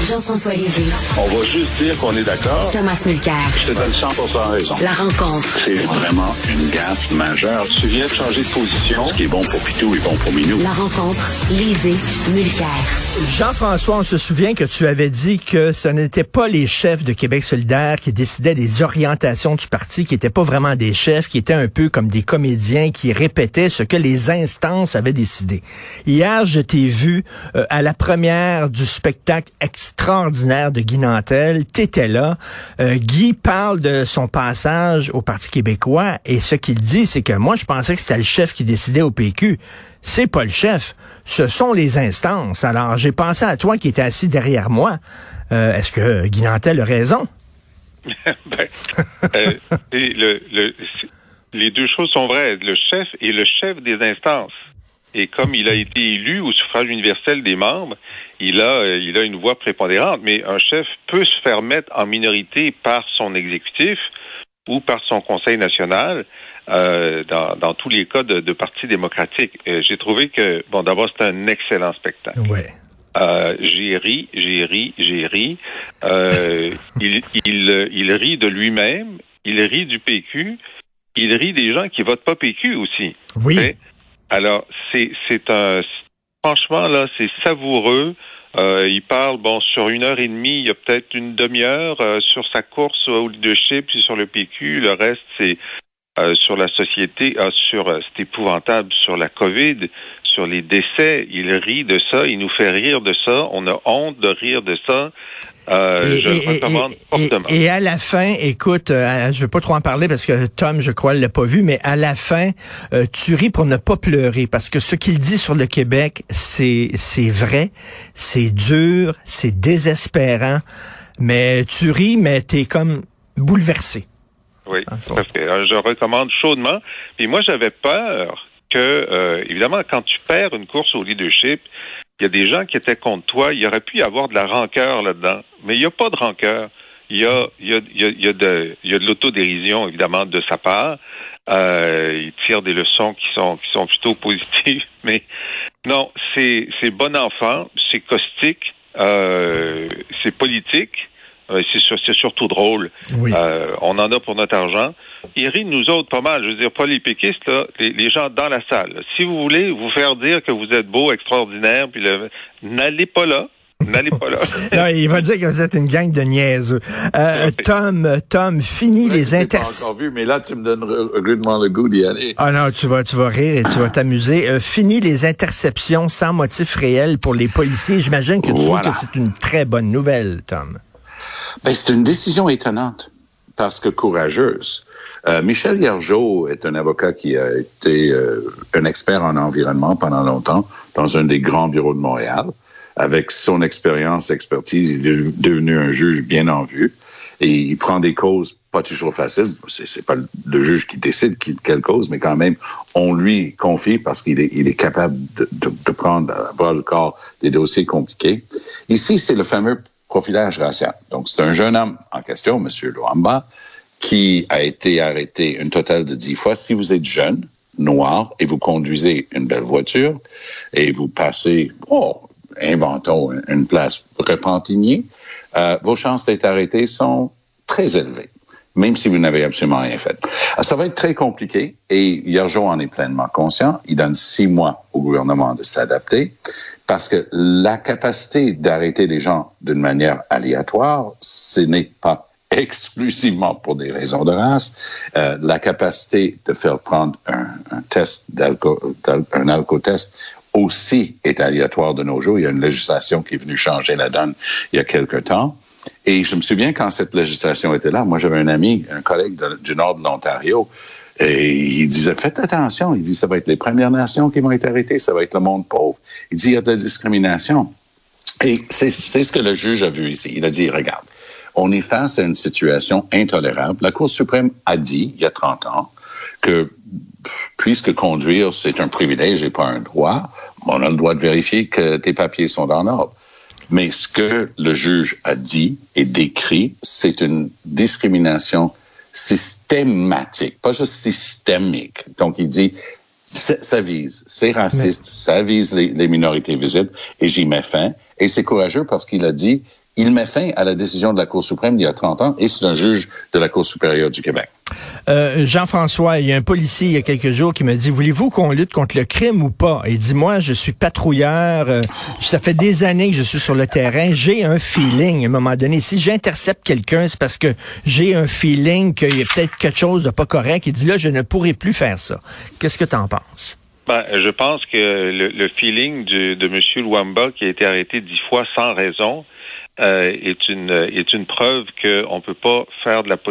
Jean-François Lisée. On va juste dire qu'on est d'accord. Thomas Mulcair. Je te donne 100% raison. La rencontre. C'est vraiment une gaffe majeure. Tu viens de changer de position. Ce qui est bon pour Pitou est bon pour Minou. La rencontre. Lisée. Mulcair. Jean-François, on se souvient que tu avais dit que ce n'étaient pas les chefs de Québec solidaire qui décidaient des orientations du parti, qui n'étaient pas vraiment des chefs, qui étaient un peu comme des comédiens qui répétaient ce que les instances avaient décidé. Hier, je t'ai vu à la première du spectacle extraordinaire de Guy Nantel. T'étais là. Guy parle de son passage au Parti québécois et ce qu'il dit, c'est que moi, je pensais que c'était le chef qui décidait au PQ. C'est pas le chef, ce sont les instances. Alors, j'ai pensé à toi qui étais assis derrière moi. Est-ce que Guy Nantel a raison? Les deux choses sont vraies. Le chef est le chef des instances. Et comme il a été élu au suffrage universel des membres, il a une voix prépondérante. Mais un chef peut se faire mettre en minorité par son exécutif ou par son conseil national. Dans tous les cas de parti démocratique. J'ai trouvé que, bon, d'abord, c'est un excellent spectacle. Ouais. J'ai ri. Il rit de lui-même, il rit du PQ, il rit des gens qui votent pas PQ aussi. Oui. Okay? Alors, franchement, là, c'est savoureux. Il parle, sur 1h30, il y a peut-être une demi-heure sur sa course au leadership, puis sur le PQ. Le reste, c'est sur la société, c'est épouvantable, sur la COVID, sur les décès. Il rit de ça, il nous fait rire de ça. On a honte de rire de ça. Je le recommande fortement. Et à la fin, écoute, je veux pas trop en parler parce que Tom, je crois, l'a pas vu, mais à la fin, tu ris pour ne pas pleurer parce que ce qu'il dit sur le Québec, c'est vrai, c'est dur, c'est désespérant, mais tu ris, mais t'es comme bouleversé. Oui, tout à fait. Je recommande chaudement. Puis moi, j'avais peur que, évidemment, quand tu perds une course au leadership, il y a des gens qui étaient contre toi. Il y aurait pu y avoir de la rancœur là-dedans. Mais il n'y a pas de rancœur. Il y a de l'autodérision, évidemment, de sa part. Il tire des leçons qui sont plutôt positives. Mais non, c'est bon enfant, c'est caustique, c'est politique. C'est surtout drôle. Oui. On en a pour notre argent. Il rit de nous autres pas mal. Je veux dire, pas les péquistes, là, les gens dans la salle. Là. Si vous voulez vous faire dire que vous êtes beau, extraordinaire, puis n'allez pas là. N'allez pas là. Non, il va dire que vous êtes une gang de niaiseux. Tom, finis les interceptions. Pas encore vu, mais là, tu me donnes rudement le goût d'y aller. Ah non, tu vas rire et tu vas t'amuser. Finis les interceptions sans motif réel pour les policiers. J'imagine que tu trouves que c'est une très bonne nouvelle, Tom. Ben, c'est une décision étonnante, parce que courageuse. Michel Yergeau est un avocat qui a été un expert en environnement pendant longtemps dans un des grands bureaux de Montréal. Avec son expertise, il est devenu un juge bien en vue. Et il prend des causes pas toujours faciles. C'est pas le juge qui décide quelle cause, mais quand même, on lui confie parce qu'il est capable de prendre à bras le corps des dossiers compliqués. Ici, c'est le fameux profilage racial. Donc, c'est un jeune homme en question, M. Luamba, qui a été arrêté une totale de 10 fois. Si vous êtes jeune, noir, et vous conduisez une belle voiture, et vous passez, inventons une place Repentigny, vos chances d'être arrêté sont très élevées, même si vous n'avez absolument rien fait. Ça va être très compliqué, et Yergeau en est pleinement conscient. Il donne 6 mois au gouvernement de s'adapter, parce que la capacité d'arrêter les gens d'une manière aléatoire, ce n'est pas exclusivement pour des raisons de race. La capacité de faire prendre un test un alcotest aussi est aléatoire de nos jours. Il y a une législation qui est venue changer la donne il y a quelque temps. Et je me souviens quand cette législation était là, moi j'avais un ami, un collègue du nord de l'Ontario, et il disait, faites attention. Il dit, ça va être les Premières Nations qui vont être arrêtées, ça va être le monde pauvre. Il dit, il y a de la discrimination. Et c'est ce que le juge a vu ici. Il a dit, regarde, on est face à une situation intolérable. La Cour suprême a dit, il y a 30 ans, que puisque conduire, c'est un privilège et pas un droit, on a le droit de vérifier que tes papiers sont en ordre. Mais ce que le juge a dit et décrit, c'est une discrimination systématique, pas juste systémique. Donc, il dit, ça vise, c'est raciste, ça vise les minorités visibles, et j'y mets fin. Et c'est courageux parce qu'il a dit Il met fin à la décision de la Cour suprême il y a 30 ans et c'est un juge de la Cour supérieure du Québec. Jean-François, il y a un policier il y a quelques jours qui me dit, voulez-vous qu'on lutte contre le crime ou pas? Il dit, moi, je suis patrouilleur, ça fait des années que je suis sur le terrain, j'ai un feeling, à un moment donné, si j'intercepte quelqu'un, c'est parce que j'ai un feeling qu'il y a peut-être quelque chose de pas correct. Il dit, là, je ne pourrai plus faire ça. Qu'est-ce que tu en penses? Je pense que le feeling de M. Luamba, qui a été arrêté 10 fois sans raison, est une preuve qu'on peut pas faire de la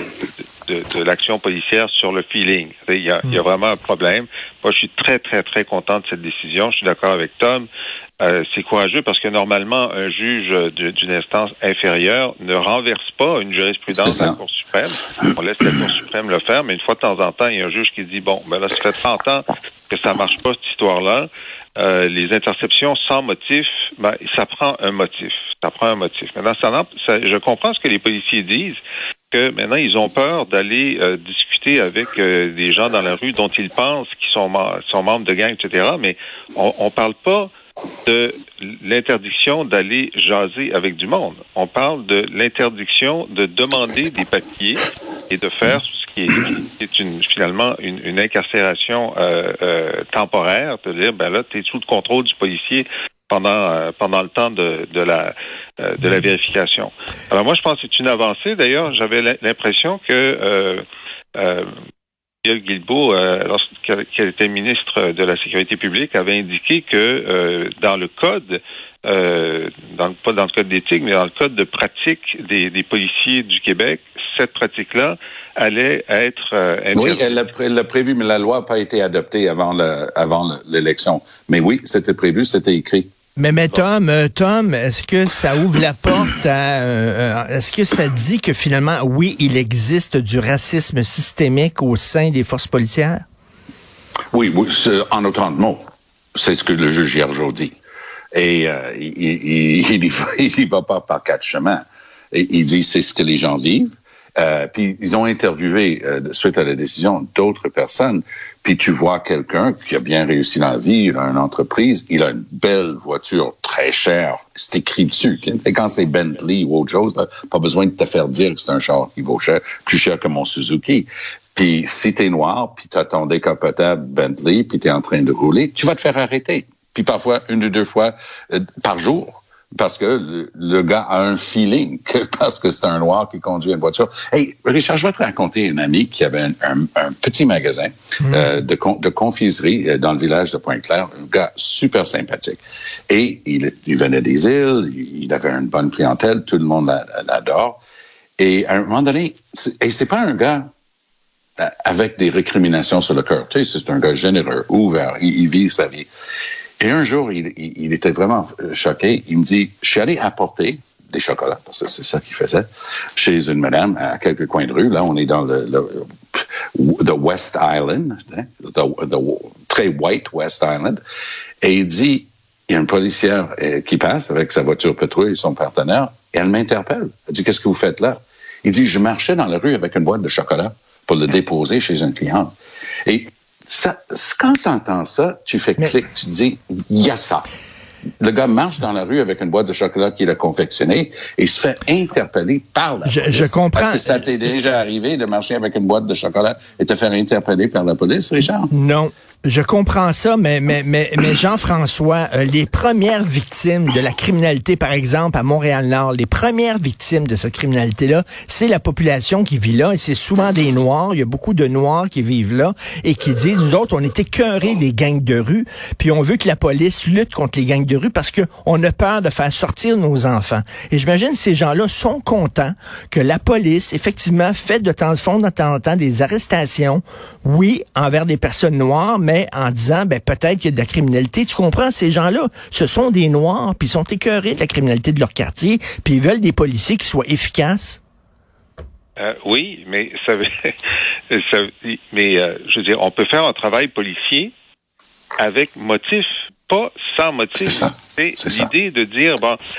de l'action policière sur le feeling. Il y a vraiment un problème. Moi, je suis très, très, très content de cette décision. Je suis d'accord avec Tom. C'est courageux parce que normalement, un juge d'une instance inférieure ne renverse pas une jurisprudence de la Cour suprême. On laisse la Cour suprême le faire, mais une fois de temps en temps, il y a un juge qui dit, bon, ben là, ça fait 30 ans que ça marche pas, cette histoire-là. Les interceptions sans motif, ça prend un motif. Maintenant, je comprends ce que les policiers disent, que maintenant, ils ont peur d'aller discuter avec des gens dans la rue dont ils pensent qu'ils sont membres de gangs, etc. Mais on parle pas de l'interdiction d'aller jaser avec du monde. On parle de l'interdiction de demander des papiers et de faire ce qui est finalement une incarcération temporaire, de dire ben là, tu es sous le contrôle du policier pendant le temps de la vérification. Alors moi, je pense que c'est une avancée. D'ailleurs, j'avais l'impression que Gabriel Guilbeault, lorsqu'elle était ministre de la Sécurité publique, avait indiqué que dans le code, pas dans le code d'éthique, mais dans le code de pratique des policiers du Québec, cette pratique-là allait être interdite. Oui, elle l'a prévu, mais la loi n'a pas été adoptée avant l'élection. Mais oui, c'était prévu, c'était écrit. Mais Tom, est-ce que ça ouvre la porte à... est-ce que ça dit que finalement, oui, il existe du racisme systémique au sein des forces policières? Oui, en autant de mots. C'est ce que le juge Hiergeau dit. Et il y va pas par quatre chemins. Et il dit c'est ce que les gens vivent. Puis ils ont interviewé, suite à la décision, d'autres personnes. Puis tu vois quelqu'un qui a bien réussi dans la vie, il a une entreprise, il a une belle voiture très chère, c'est écrit dessus. Et quand c'est Bentley ou autre chose, là, pas besoin de te faire dire que c'est un char qui vaut plus cher que mon Suzuki. Puis si t'es noir, puis t'as ton décapotable Bentley, puis t'es en train de rouler, tu vas te faire arrêter. Puis parfois, 1 ou 2 fois par jour. Parce que le gars a un feeling parce que c'est un noir qui conduit une voiture. Hey, Richard, je vais te raconter une amie qui avait un petit magasin de confiserie dans le village de Pointe-Claire. Un gars super sympathique. Et il venait des îles, il avait une bonne clientèle, tout le monde l'adore. Et à un moment donné, c'est pas un gars avec des récriminations sur le cœur. Tu sais, c'est un gars généreux, ouvert, il vit sa vie. Et un jour, il était vraiment choqué. Il me dit, je suis allé apporter des chocolats, parce que c'est ça qu'il faisait, chez une madame à quelques coins de rue. Là, on est dans the West Island, the très white West Island. Et il dit, il y a une policière qui passe avec sa voiture patrouille et son partenaire, et elle m'interpelle. Elle dit, qu'est-ce que vous faites là? Il dit, je marchais dans la rue avec une boîte de chocolat pour le déposer chez un client. Et ça, quand tu entends ça, tu fais clic, tu te dis, il y a ça. Le gars marche dans la rue avec une boîte de chocolat qu'il a confectionnée et se fait interpeller par la police. Je comprends. Est-ce que ça t'est déjà arrivé de marcher avec une boîte de chocolat et te faire interpeller par la police, Richard? Non. Je comprends ça, mais Jean-François, les premières victimes de la criminalité, par exemple, à Montréal-Nord, les premières victimes de cette criminalité-là, c'est la population qui vit là, et c'est souvent des Noirs. Il y a beaucoup de Noirs qui vivent là et qui disent, nous autres, on est écœurés des gangs de rue, puis on veut que la police lutte contre les gangs de rue parce que on a peur de faire sortir nos enfants. Et j'imagine ces gens-là sont contents que la police, effectivement, fait de temps en temps des arrestations, oui, envers des personnes noires, mais en disant, peut-être qu'il y a de la criminalité. Tu comprends, ces gens-là, ce sont des Noirs, puis ils sont écœurés de la criminalité de leur quartier, puis ils veulent des policiers qui soient efficaces. Oui, mais je veux dire, on peut faire un travail policier avec motif, pas sans motif. C'est l'idée de dire,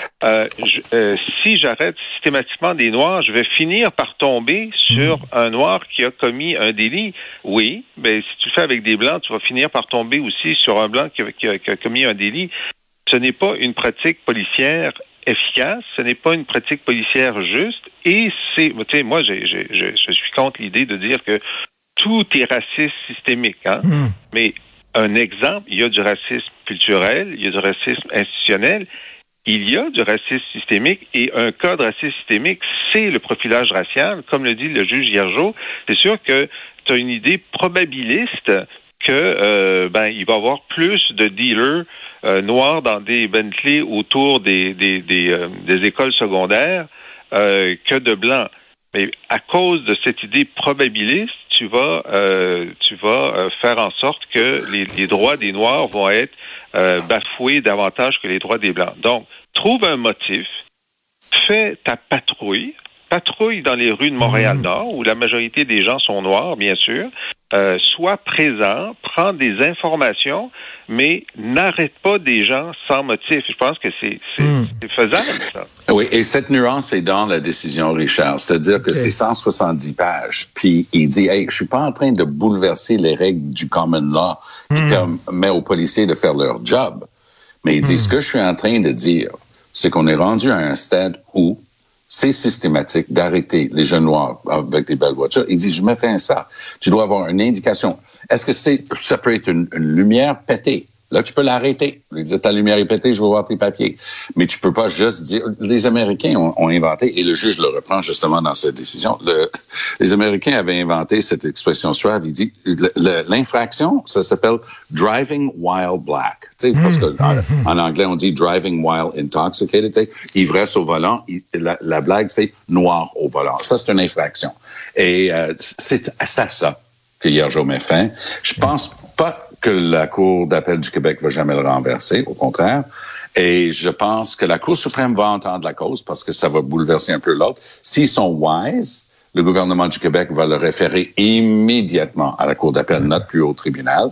si j'arrête systématiquement des Noirs, je vais finir par tomber sur un Noir qui a commis un délit. Oui, si tu le fais avec des Blancs, tu vas finir par tomber aussi sur un Blanc qui a commis un délit. Ce n'est pas une pratique policière efficace, ce n'est pas une pratique policière juste, et c'est, tu sais, moi, je suis contre l'idée de dire que tout est racisme systémique, hein. Mais un exemple, il y a du racisme culturel, il y a du racisme institutionnel, il y a du racisme systémique, et un cas de racisme systémique, c'est le profilage racial. Comme le dit le juge Hiergeau, c'est sûr que tu as une idée probabiliste que il va y avoir plus de dealers noirs dans des Bentley autour des écoles secondaires que de blancs. Mais à cause de cette idée probabiliste, tu vas faire en sorte que les droits des Noirs vont être bafoués davantage que les droits des Blancs. Donc, trouve un motif, fais ta patrouille dans les rues de Montréal-Nord, où la majorité des gens sont noirs, bien sûr, sois présent, prends des informations, mais n'arrête pas des gens sans motif. Je pense que c'est faisable, ça. Oui, et cette nuance est dans la décision Richard, c'est-à-dire que c'est 170 pages, puis il dit, hey, je suis pas en train de bouleverser les règles du common law qui permet aux policiers de faire leur job, mais il dit, ce que je suis en train de dire, c'est qu'on est rendu à un stade où c'est systématique d'arrêter les jeunes noirs avec des belles voitures. Il dit, je me fais ça. Tu dois avoir une indication. Est-ce que ça peut être une lumière pétée? Là, tu peux l'arrêter. Il dit, ta lumière est pétée, je veux voir tes papiers. Mais tu peux pas juste dire... Les Américains ont inventé, et le juge le reprend justement dans cette décision, les Américains avaient inventé cette expression suave. Il dit, l'infraction, ça s'appelle driving while black. Tu sais, parce que en anglais, on dit driving while intoxicated. Tu sais, ivresse au volant. La blague, c'est noir au volant. Ça, c'est une infraction. Et c'est à ça que Hiergeau met fin. Je pense pas que la Cour d'appel du Québec va jamais le renverser, au contraire. Et je pense que la Cour suprême va entendre la cause parce que ça va bouleverser un peu l'autre. S'ils sont wise, le gouvernement du Québec va le référer immédiatement à la Cour d'appel, notre plus haut tribunal.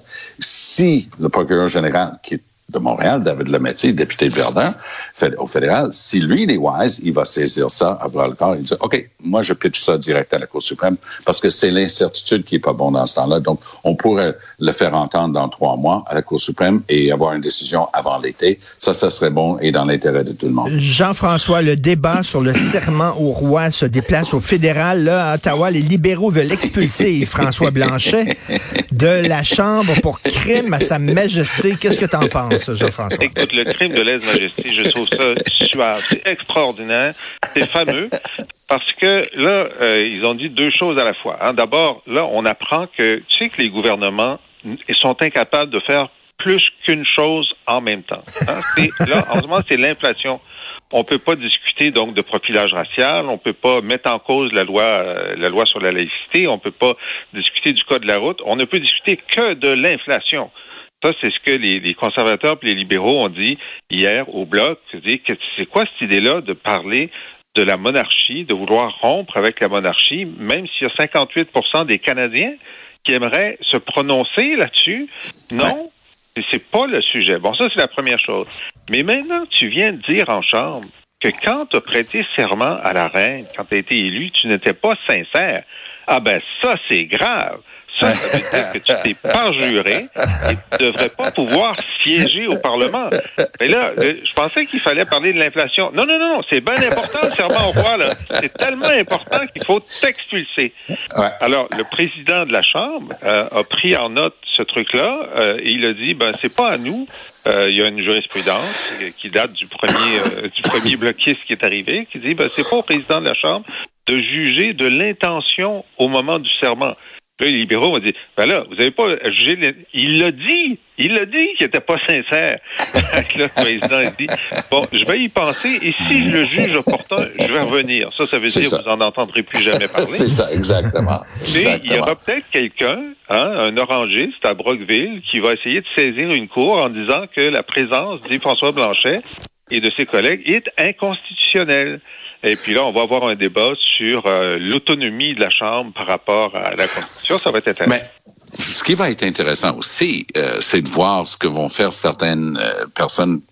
Si le procureur général, qui est de Montréal, David Lametti, député de Verdun, au fédéral, si lui, il est wise, il va saisir ça à bras le corps. Il dit, OK, moi, je pitch ça direct à la Cour suprême parce que c'est l'incertitude qui est pas bon dans ce temps-là. Donc, on pourrait le faire entendre dans 3 mois à la Cour suprême et avoir une décision avant l'été. Ça serait bon et dans l'intérêt de tout le monde. Jean-François, le débat sur le serment au roi se déplace au fédéral. Là, à Ottawa, les libéraux veulent expulser François Blanchet de la Chambre pour crime à sa majesté. Qu'est-ce que t'en penses? Jean-François. Écoute, le crime de lèse-majesté, je trouve ça suave, c'est extraordinaire, c'est fameux, parce que là, ils ont dit 2 choses à la fois. Hein. D'abord, là, on apprend que, tu sais que les gouvernements sont incapables de faire plus qu'une chose en même temps. Hein. Là, en ce moment, c'est l'inflation. On peut pas discuter donc de profilage racial, on peut pas mettre en cause la loi sur la laïcité, on peut pas discuter du code de la route, on ne peut discuter que de l'inflation. Ça, c'est ce que les conservateurs et les libéraux ont dit hier au Bloc. C'est quoi cette idée-là de parler de la monarchie, de vouloir rompre avec la monarchie, même s'il y a 58% des Canadiens qui aimeraient se prononcer là-dessus? Non, c'est pas le sujet. Bon, ça, c'est la première chose. Mais maintenant, tu viens de dire en Chambre que quand tu as prêté serment à la reine, quand tu as été élu, tu n'étais pas sincère. Ah ben, ça, c'est grave. Ça veut dire que tu t'es parjuré et tu ne devrais pas pouvoir siéger au Parlement. Mais là, je pensais qu'il fallait parler de l'inflation. Non, c'est bien important le serment au roi, là. C'est tellement important qu'il faut t'expulser. Ouais. Alors, le président de la Chambre a pris en note ce truc-là et il a dit, c'est pas à nous. Il y a une jurisprudence qui date du premier bloquiste qui est arrivé, qui dit, c'est pas au président de la Chambre de juger de l'intention au moment du serment. Là, les libéraux ont dit, là, vous avez pas jugé... Il l'a dit qu'il n'était pas sincère. Là, le président a dit, je vais y penser, et si je le juge opportun, je vais revenir. Ça veut dire que vous n'en entendrez plus jamais parler. C'est ça, exactement. Mais il y aura peut-être quelqu'un, un orangiste à Brockville, qui va essayer de saisir une cour en disant que la présence, dit François Blanchet, et de ses collègues, est inconstitutionnelle. Et puis là, on va avoir un débat sur l'autonomie de la Chambre par rapport à la Constitution. Ça va être intéressant. Mais ce qui va être intéressant aussi, c'est de voir ce que vont faire certaines personnes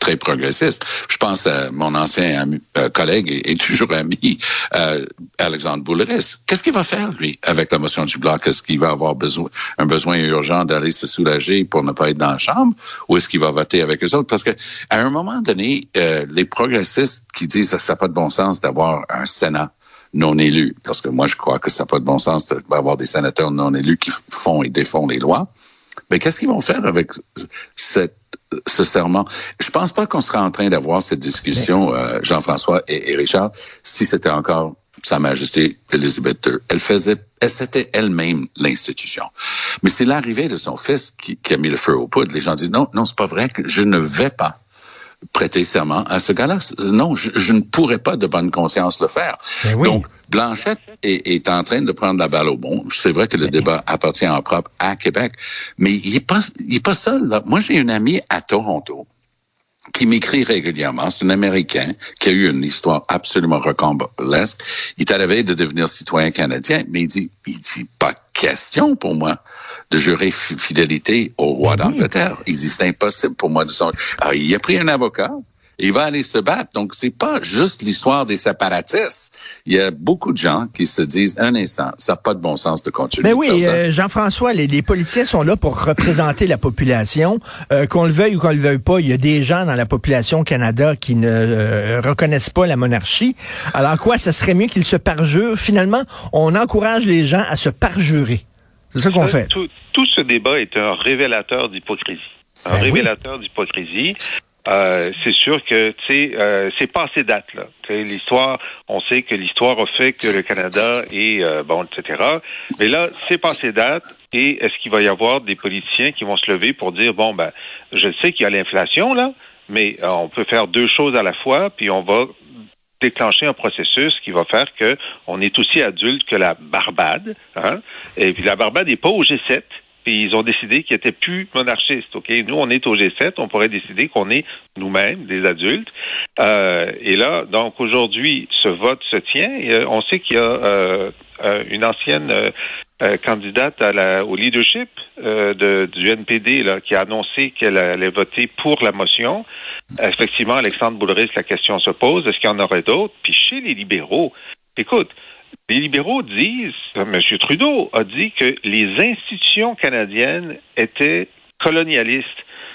très progressiste. Je pense à mon ancien collègue et toujours ami, Alexandre Boulris. Qu'est-ce qu'il va faire, lui, avec la motion du Bloc? Est-ce qu'il va avoir un besoin urgent d'aller se soulager pour ne pas être dans la Chambre? Ou est-ce qu'il va voter avec eux autres? Parce que à un moment donné, les progressistes qui disent que ça n'a pas de bon sens d'avoir un Sénat non élus, parce que moi, je crois que ça n'a pas de bon sens d'avoir des sénateurs non élus qui font et défont les lois. Mais qu'est-ce qu'ils vont faire avec ce serment? Je pense pas qu'on sera en train d'avoir cette discussion, Jean-François et Richard, si c'était encore Sa Majesté Elizabeth II. C'était elle-même l'institution. Mais c'est l'arrivée de son fils qui a mis le feu aux poudres. Les gens disent non, c'est pas vrai que je ne vais pas prêter serment à ce gars-là. Non, je ne pourrais pas de bonne conscience le faire. Oui. Donc, Blanchette est en train de prendre la balle au bon. C'est vrai que le débat appartient en propre à Québec, mais il est pas seul, là. Moi, j'ai une amie à Toronto qui m'écrit régulièrement. C'est un Américain qui a eu une histoire absolument rocambolesque. Il est à la veille de devenir citoyen canadien, mais il dit pas question pour moi de jurer fidélité au roi d'Angleterre. Il dit, c'est impossible pour moi de son... Alors, il a pris un avocat. Il va aller se battre. Donc, c'est pas juste l'histoire des séparatistes. Il y a beaucoup de gens qui se disent, un instant, ça n'a pas de bon sens de continuer. Mais oui, de faire ça. Jean-François, les politiciens sont là pour représenter la population. Qu'on le veuille ou qu'on le veuille pas, il y a des gens dans la population au Canada qui ne reconnaissent pas la monarchie. Alors quoi, ça serait mieux qu'ils se parjurent. Finalement, on encourage les gens à se parjurer. C'est ça qu'on fait. Tout ce débat est un révélateur d'hypocrisie. Un révélateur d'hypocrisie. C'est sûr que c'est passé date là. L'histoire, on sait que l'histoire a fait que le Canada est etc. Mais là, c'est passé date. Et est-ce qu'il va y avoir des politiciens qui vont se lever pour dire je sais qu'il y a l'inflation là, mais on peut faire deux choses à la fois, puis on va déclencher un processus qui va faire que on est aussi adulte que la Barbade, hein. Et puis la Barbade n'est pas au G7. Puis ils ont décidé qu'ils étaient plus monarchistes. Ok, nous on est au G7, on pourrait décider qu'on est nous-mêmes des adultes. Et là, donc aujourd'hui, ce vote se tient. Et, on sait qu'il y a une ancienne candidate au leadership du NPD là, qui a annoncé qu'elle allait voter pour la motion. Effectivement, Alexandre Boulris, la question se pose, est-ce qu'il y en aurait d'autres? Puis chez les libéraux, écoute, les libéraux disent, M. Trudeau a dit que les institutions canadiennes étaient colonialistes.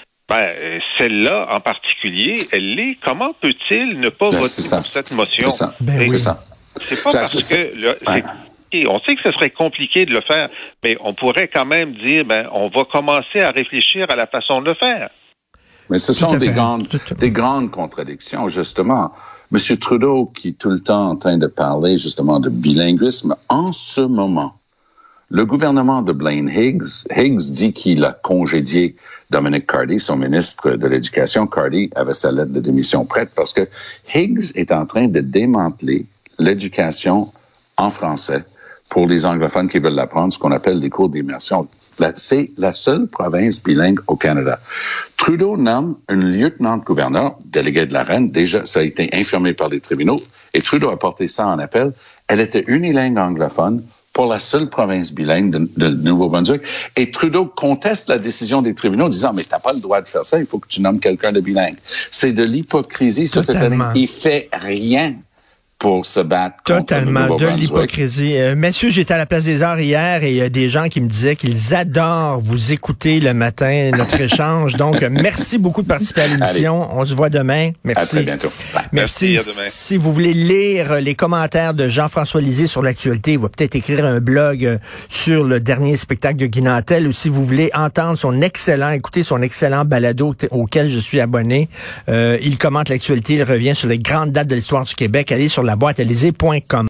Celle-là, en particulier, elle l'est. Comment peut-il ne pas voter pour cette motion? C'est ça. C'est pas parce que... On sait que ce serait compliqué de le faire, mais on pourrait quand même dire, on va commencer à réfléchir à la façon de le faire. Mais ce sont des grandes contradictions, justement. M. Trudeau, qui est tout le temps en train de parler, justement, de bilinguisme, en ce moment, le gouvernement de Blaine Higgs dit qu'il a congédié Dominic Cardy, son ministre de l'Éducation. Cardy avait sa lettre de démission prête parce que Higgs est en train de démanteler l'éducation en français pour les anglophones qui veulent l'apprendre, ce qu'on appelle des cours d'immersion. C'est la seule province bilingue au Canada. Trudeau nomme une lieutenant-gouverneur, déléguée de la reine. Déjà, ça a été infirmé par les tribunaux. Et Trudeau a porté ça en appel. Elle était unilingue anglophone pour la seule province bilingue de Nouveau-Brunswick. Et Trudeau conteste la décision des tribunaux, disant, mais t'as pas le droit de faire ça, il faut que tu nommes quelqu'un de bilingue. C'est de l'hypocrisie. Il fait rien pour se battre contre le Totalement, de Nouveau-Brunswick. l'hypocrisie. Messieurs, j'étais à la Place des Arts hier et il y a des gens qui me disaient qu'ils adorent vous écouter le matin, notre échange. Donc, merci beaucoup de participer à l'émission. On se voit demain. Merci. À très bientôt. Bye. Merci. À demain. Si vous voulez lire les commentaires de Jean-François Lisée sur l'actualité, il va peut-être écrire un blog sur le dernier spectacle de Guy Nantel, ou si vous voulez entendre écouter son excellent balado auquel je suis abonné. Il commente l'actualité, il revient sur les grandes dates de l'histoire du Québec. Allez sur la boîte à Élysée.com.